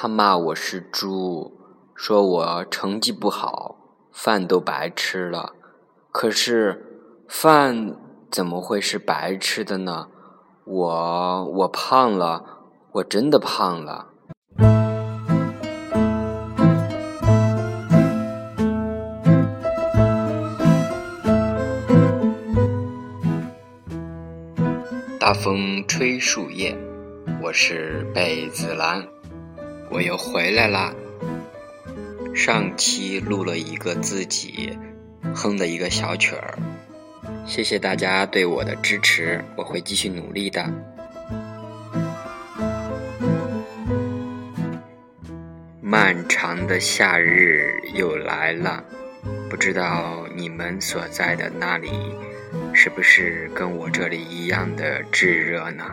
他骂我是猪，说我成绩不好，饭都白吃了。可是饭怎么会是白吃的呢？我胖了，我真的胖了。大风吹树叶，我是贝子兰，我又回来啦。上期录了一个自己哼的一个小曲儿，谢谢大家对我的支持，我会继续努力的。漫长的夏日又来了，不知道你们所在的那里是不是跟我这里一样的炙热呢？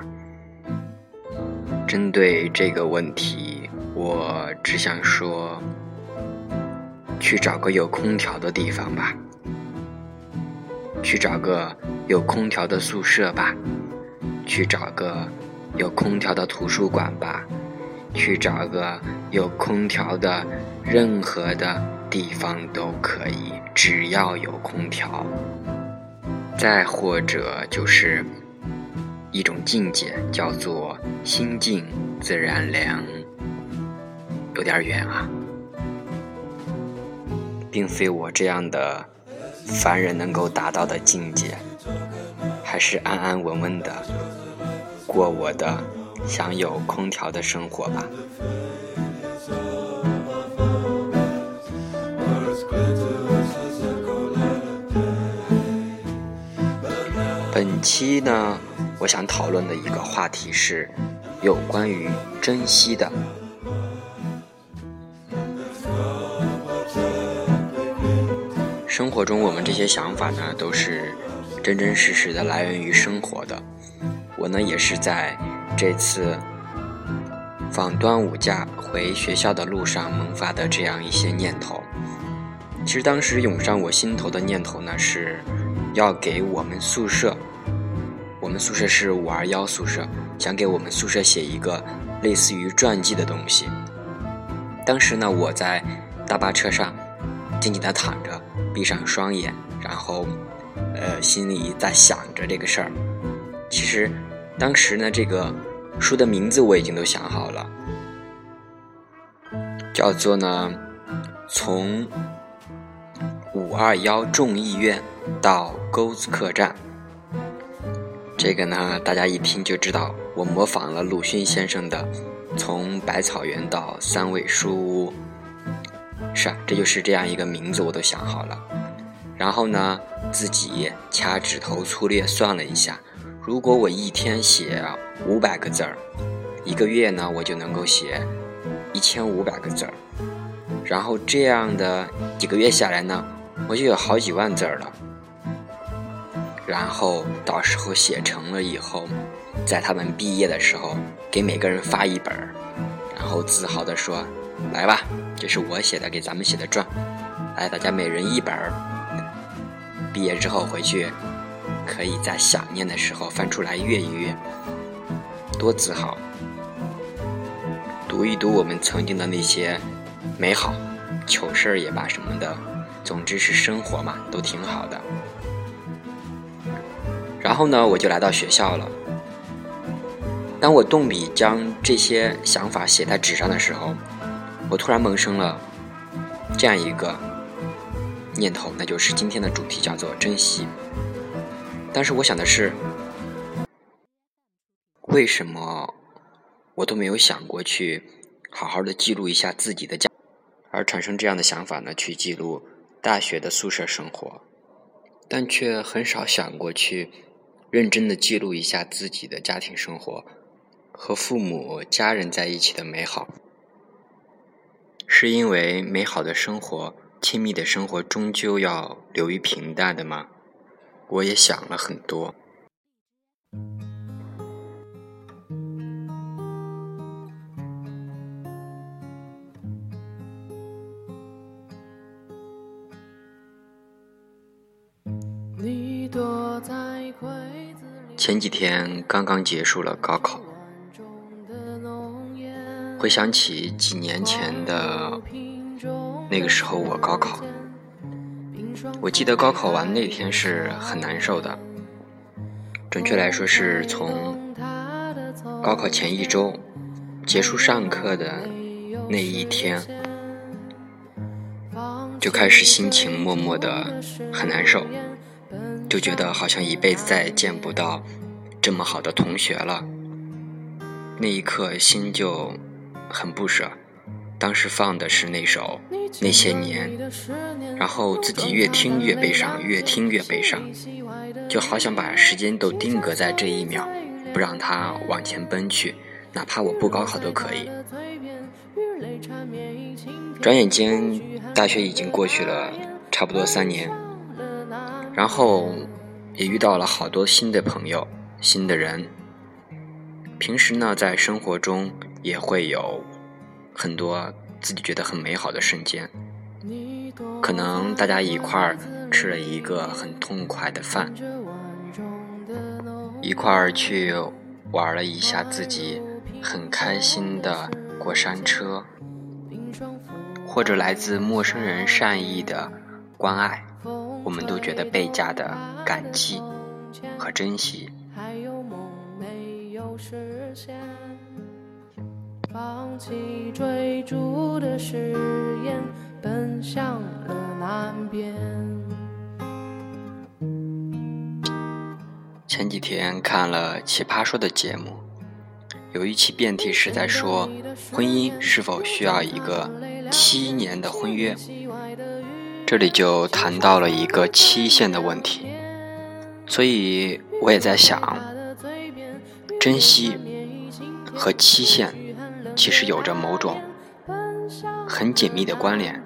针对这个问题，我只想说，去找个有空调的地方吧，去找个有空调的宿舍吧，去找个有空调的图书馆吧，去找个有空调的任何的地方都可以，只要有空调。再或者就是一种境界，叫做心静自然凉，有点远啊，并非我这样的凡人能够达到的境界，还是安安稳稳的过我的享有空调的生活吧。本期呢，我想讨论的一个话题是有关于珍惜的。生活中我们这些想法呢，都是真真实实的来源于生活的。我呢，也是在这次放端午假回学校的路上萌发的这样一些念头。其实当时涌上我心头的念头呢，是要给我们宿舍是521宿舍，想给我们宿舍写一个类似于传记的东西。当时呢，我在大巴车上静静地躺着，闭上双眼，然后心里在想着这个事儿。其实当时呢，这个书的名字我已经都想好了，叫做呢从521众议院到沟子客栈。这个呢，大家一听就知道我模仿了鲁迅先生的从百草园到三味书屋。是啊，这就是这样一个名字我都想好了。然后呢，自己掐指头粗略算了一下，如果我一天写500个字儿，1个月呢我就能够写1500个字儿，然后这样的几个月下来呢，我就有好几万字儿了。然后到时候写成了以后，在他们毕业的时候给每个人发一本，然后自豪地说，来吧，这是我写的，给咱们写的传，来大家每人一本，毕业之后回去可以在想念的时候翻出来阅一阅，多自豪。读一读我们曾经的那些美好糗事也罢什么的，总之是生活嘛，都挺好的。然后呢，我就来到学校了。当我动笔将这些想法写在纸上的时候，我突然萌生了这样一个念头，那就是今天的主题叫做珍惜。当时我想的是，为什么我都没有想过去好好的记录一下自己的家，而产生这样的想法呢？去记录大学的宿舍生活，但却很少想过去认真的记录一下自己的家庭生活，和父母家人在一起的美好。是因为美好的生活、亲密的生活终究要流于平淡的吗？我也想了很多。前几天刚刚结束了高考， 回想起几年前的那个时候，我高考，我记得高考完那天是很难受的，准确来说是从高考前一周结束上课的那一天就开始心情默默的很难受，就觉得好像一辈子再也见不到这么好的同学了。那一刻心就很不舍，当时放的是那首《那些年》，然后自己越听越悲伤，越听越悲伤，就好想把时间都定格在这一秒，不让它往前奔去，哪怕我不高考都可以。转眼间大学已经过去了差不多3年，然后也遇到了好多新的朋友，新的人。平时呢，在生活中也会有很多自己觉得很美好的瞬间，可能大家一块儿吃了一个很痛快的饭，一块儿去玩了一下自己很开心的过山车，或者来自陌生人善意的关爱，我们都觉得倍加的感激和珍惜。 放弃追逐的誓言，奔向了南边。 前几天看了奇葩说的节目，有一期辩题是在说婚姻是否需要一个7年的婚约，这里就谈到了一个期限的问题。所以我也在想，珍惜和期限其实有着某种很紧密的关联，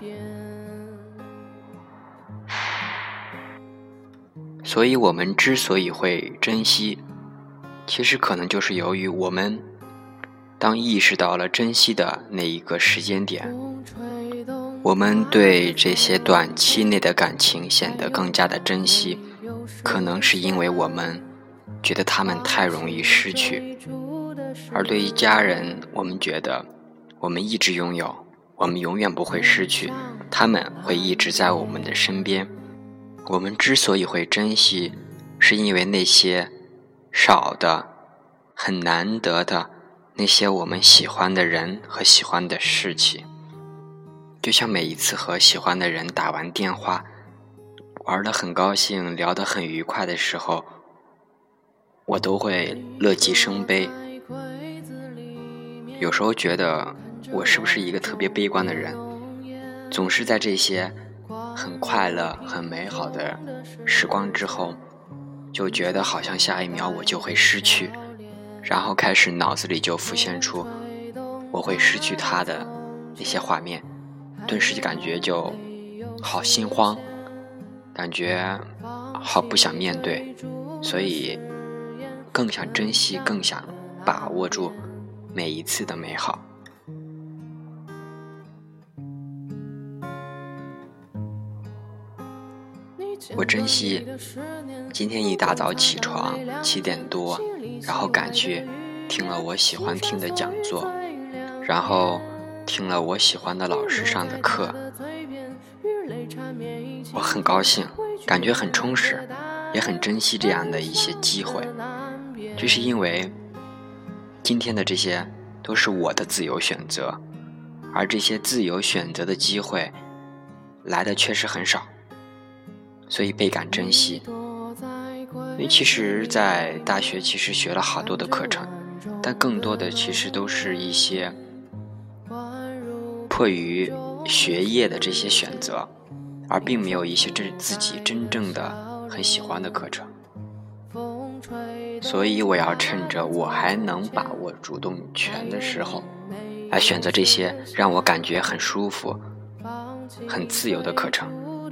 所以我们之所以会珍惜，其实可能就是由于我们当意识到了珍惜的那一个时间点，我们对这些短期内的感情显得更加的珍惜，可能是因为我们觉得他们太容易失去，而对于家人，我们觉得我们一直拥有，我们永远不会失去，他们会一直在我们的身边。我们之所以会珍惜，是因为那些少的很难得的那些我们喜欢的人和喜欢的事情。就像每一次和喜欢的人打完电话，玩得很高兴，聊得很愉快的时候，我都会乐极生悲。有时候觉得我是不是一个特别悲观的人，总是在这些很快乐很美好的时光之后，就觉得好像下一秒我就会失去，然后开始脑子里就浮现出我会失去他的那些画面，顿时就感觉就好心慌，感觉好不想面对，所以更想珍惜，更想把握住每一次的美好。我珍惜今天一大早起床7点多，然后赶去听了我喜欢听的讲座，然后听了我喜欢的老师上的课，我很高兴，感觉很充实，也很珍惜这样的一些机会，就是因为今天的这些都是我的自由选择，而这些自由选择的机会来的确实很少，所以倍感珍惜。因为其实在大学其实学了好多的课程，但更多的其实都是一些迫于学业的这些选择，而并没有一些自己真正的很喜欢的课程。所以我要趁着我还能把握主动权的时候，来选择这些让我感觉很舒服很自由的课程。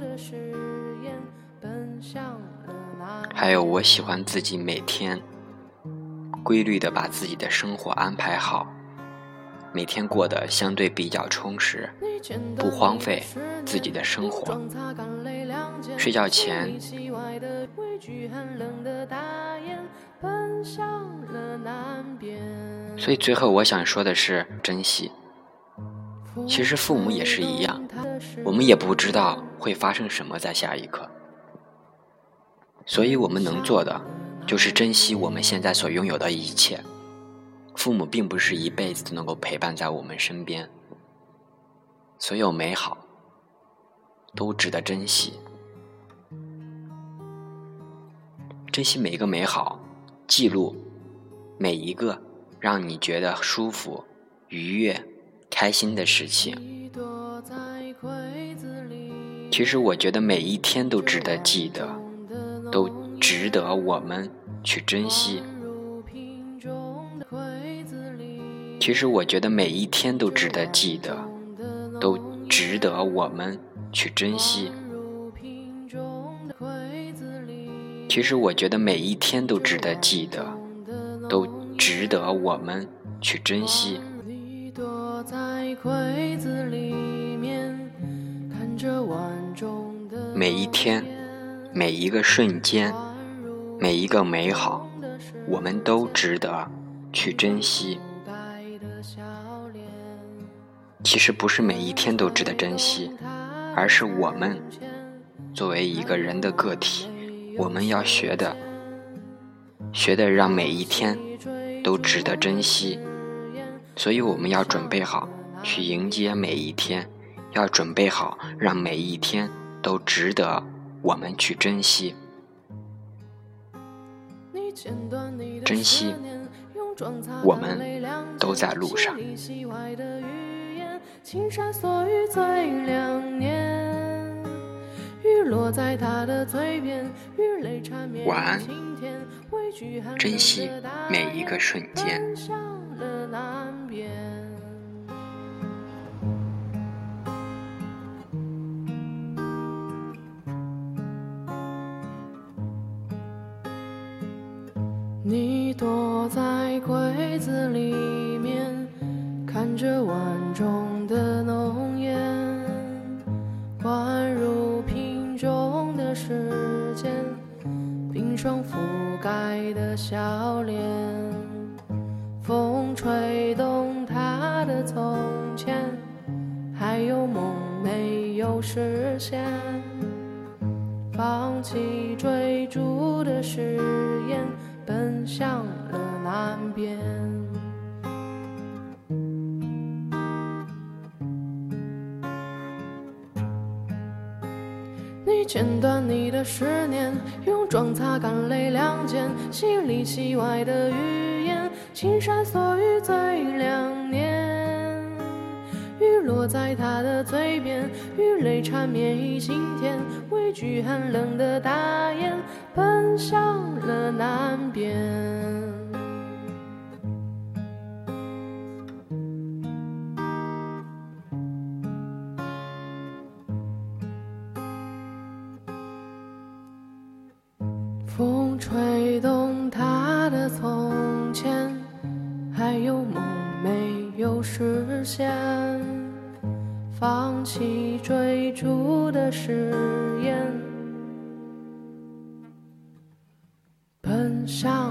还有我喜欢自己每天规律地把自己的生活安排好，每天过得相对比较充实，不荒废自己的生活。睡觉前畏惧寒冷的大雁，奔向了南边。 所以最后我想说的是珍惜。其实父母也是一样，我们也不知道会发生什么在下一刻，所以我们能做的就是珍惜我们现在所拥有的一切。父母并不是一辈子都能够陪伴在我们身边，所有美好都值得珍惜。珍惜每一个美好，记录每一个让你觉得舒服、愉悦、开心的事情。其实我觉得每一天都值得记得，都值得我们去珍惜。其实我觉得每一天都值得记得，都值得我们去珍惜。其实我觉得每一天都值得记得，都值得我们去珍惜。每一天，每一个瞬间，每一个美好，我们都值得去珍惜。其实不是每一天都值得珍惜，而是我们作为一个人的个体，我们要学的让每一天都值得珍惜。所以我们要准备好去迎接每一天，要准备好让每一天都值得我们去珍惜。珍惜，我们都在路上。 青山锁于最两年，雨落在他的嘴边，雨泪缠绵晴天，畏惧寒冷的大雁， 珍惜每一个瞬间。 奔向了南边。你躲在柜子里面，看着碗中的浓烟，灌入瓶中的时间，冰霜覆盖的笑脸，风吹动他的从前，还有梦没有实现，放弃追逐的誓言，奔向了南边。你剪断你的思念，用妆擦干泪两肩，戏里戏外的语言，青山锁于最两年，雨落在他的嘴边，雨泪缠绵一晴天，畏惧寒冷的大雁，奔向了南边。风吹动他的从前，还有梦没有实现，放弃追逐的誓言，奔向